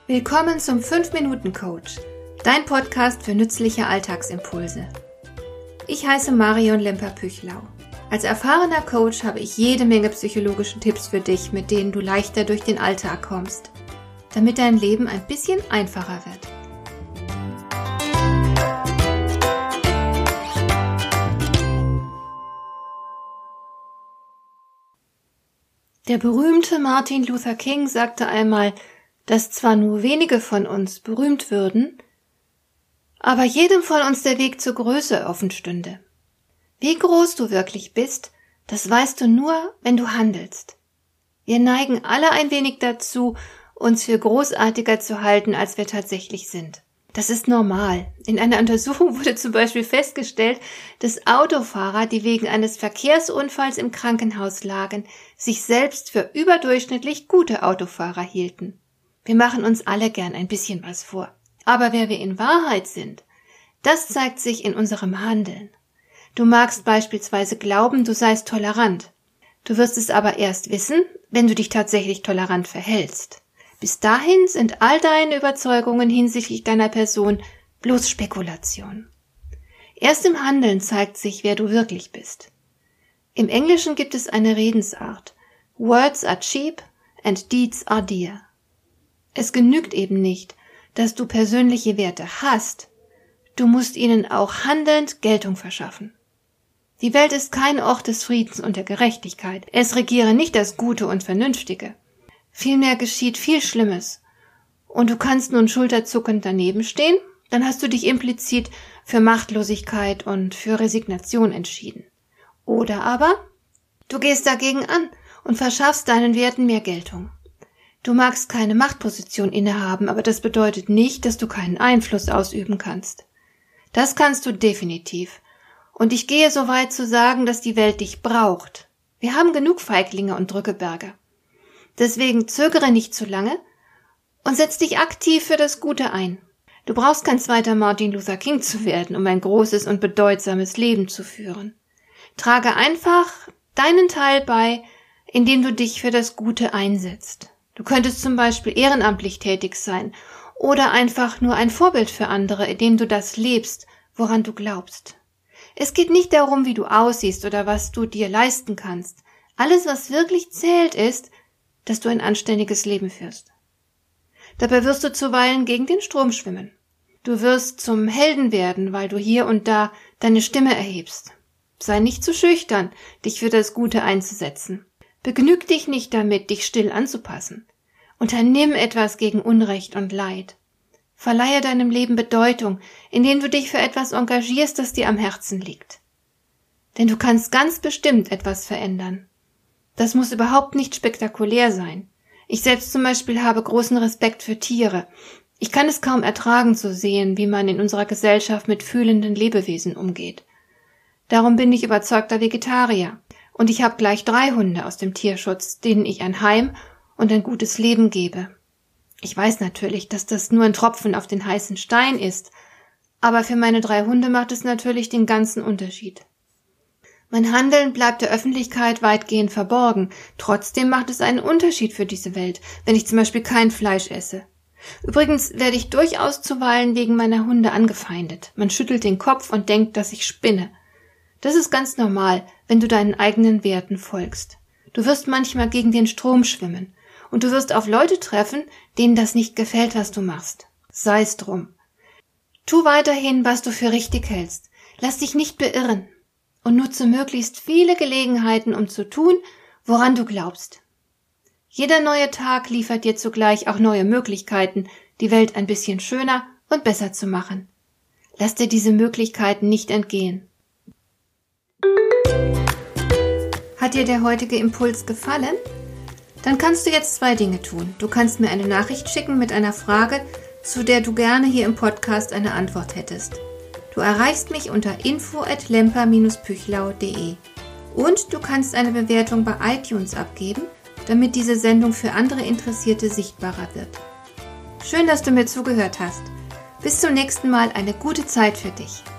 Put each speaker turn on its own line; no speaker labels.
Willkommen zum 5-Minuten-Coach, dein Podcast für nützliche Alltagsimpulse. Ich heiße Marion Lemper-Püchlau. Als erfahrener Coach habe ich jede Menge psychologische Tipps für dich, mit denen du leichter durch den Alltag kommst, damit dein Leben ein bisschen einfacher wird. Der berühmte Martin Luther King sagte einmal, dass zwar nur wenige von uns berühmt würden, aber jedem von uns der Weg zur Größe offen stünde. Wie groß du wirklich bist, das weißt du nur, wenn du handelst. Wir neigen alle ein wenig dazu, uns für großartiger zu halten, als wir tatsächlich sind. Das ist normal. In einer Untersuchung wurde zum Beispiel festgestellt, dass Autofahrer, die wegen eines Verkehrsunfalls im Krankenhaus lagen, sich selbst für überdurchschnittlich gute Autofahrer hielten. Wir machen uns alle gern ein bisschen was vor. Aber wer wir in Wahrheit sind, das zeigt sich in unserem Handeln. Du magst beispielsweise glauben, du seist tolerant. Du wirst es aber erst wissen, wenn du dich tatsächlich tolerant verhältst. Bis dahin sind all deine Überzeugungen hinsichtlich deiner Person bloß Spekulation. Erst im Handeln zeigt sich, wer du wirklich bist. Im Englischen gibt es eine Redensart: Words are cheap and deeds are dear. Es genügt eben nicht, dass du persönliche Werte hast. Du musst ihnen auch handelnd Geltung verschaffen. Die Welt ist kein Ort des Friedens und der Gerechtigkeit. Es regiere nicht das Gute und Vernünftige. Vielmehr geschieht viel Schlimmes. Und du kannst nun schulterzuckend daneben stehen, dann hast du dich implizit für Machtlosigkeit und für Resignation entschieden. Oder aber du gehst dagegen an und verschaffst deinen Werten mehr Geltung. Du magst keine Machtposition innehaben, aber das bedeutet nicht, dass du keinen Einfluss ausüben kannst. Das kannst du definitiv. Und ich gehe so weit zu sagen, dass die Welt dich braucht. Wir haben genug Feiglinge und Drückeberger. Deswegen zögere nicht zu lange und setz dich aktiv für das Gute ein. Du brauchst kein zweiter Martin Luther King zu werden, um ein großes und bedeutsames Leben zu führen. Trage einfach deinen Teil bei, indem du dich für das Gute einsetzt. Du könntest zum Beispiel ehrenamtlich tätig sein oder einfach nur ein Vorbild für andere, indem du das lebst, woran du glaubst. Es geht nicht darum, wie du aussiehst oder was du dir leisten kannst. Alles, was wirklich zählt, ist, dass du ein anständiges Leben führst. Dabei wirst du zuweilen gegen den Strom schwimmen. Du wirst zum Helden werden, weil du hier und da deine Stimme erhebst. Sei nicht zu schüchtern, dich für das Gute einzusetzen. Begnüg dich nicht damit, dich still anzupassen. Unternimm etwas gegen Unrecht und Leid. Verleihe deinem Leben Bedeutung, indem du dich für etwas engagierst, das dir am Herzen liegt. Denn du kannst ganz bestimmt etwas verändern. Das muss überhaupt nicht spektakulär sein. Ich selbst zum Beispiel habe großen Respekt für Tiere. Ich kann es kaum ertragen zu sehen, wie man in unserer Gesellschaft mit fühlenden Lebewesen umgeht. Darum bin ich überzeugter Vegetarier. Und ich habe gleich 3 Hunde aus dem Tierschutz, denen ich ein Heim und ein gutes Leben gebe. Ich weiß natürlich, dass das nur ein Tropfen auf den heißen Stein ist, aber für meine 3 Hunde macht es natürlich den ganzen Unterschied. Mein Handeln bleibt der Öffentlichkeit weitgehend verborgen, trotzdem macht es einen Unterschied für diese Welt, wenn ich zum Beispiel kein Fleisch esse. Übrigens werde ich durchaus zuweilen wegen meiner Hunde angefeindet. Man schüttelt den Kopf und denkt, dass ich spinne. Das ist ganz normal, wenn du deinen eigenen Werten folgst. Du wirst manchmal gegen den Strom schwimmen und du wirst auf Leute treffen, denen das nicht gefällt, was du machst. Sei's drum. Tu weiterhin, was du für richtig hältst. Lass dich nicht beirren und nutze möglichst viele Gelegenheiten, um zu tun, woran du glaubst. Jeder neue Tag liefert dir zugleich auch neue Möglichkeiten, die Welt ein bisschen schöner und besser zu machen. Lass dir diese Möglichkeiten nicht entgehen. Hat dir der heutige Impuls gefallen? Dann kannst du jetzt 2 Dinge tun. Du kannst mir eine Nachricht schicken mit einer Frage, zu der du gerne hier im Podcast eine Antwort hättest. Du erreichst mich unter info@lemper-püchlau.de und du kannst eine Bewertung bei iTunes abgeben, damit diese Sendung für andere Interessierte sichtbarer wird. Schön, dass du mir zugehört hast. Bis zum nächsten Mal, eine gute Zeit für dich.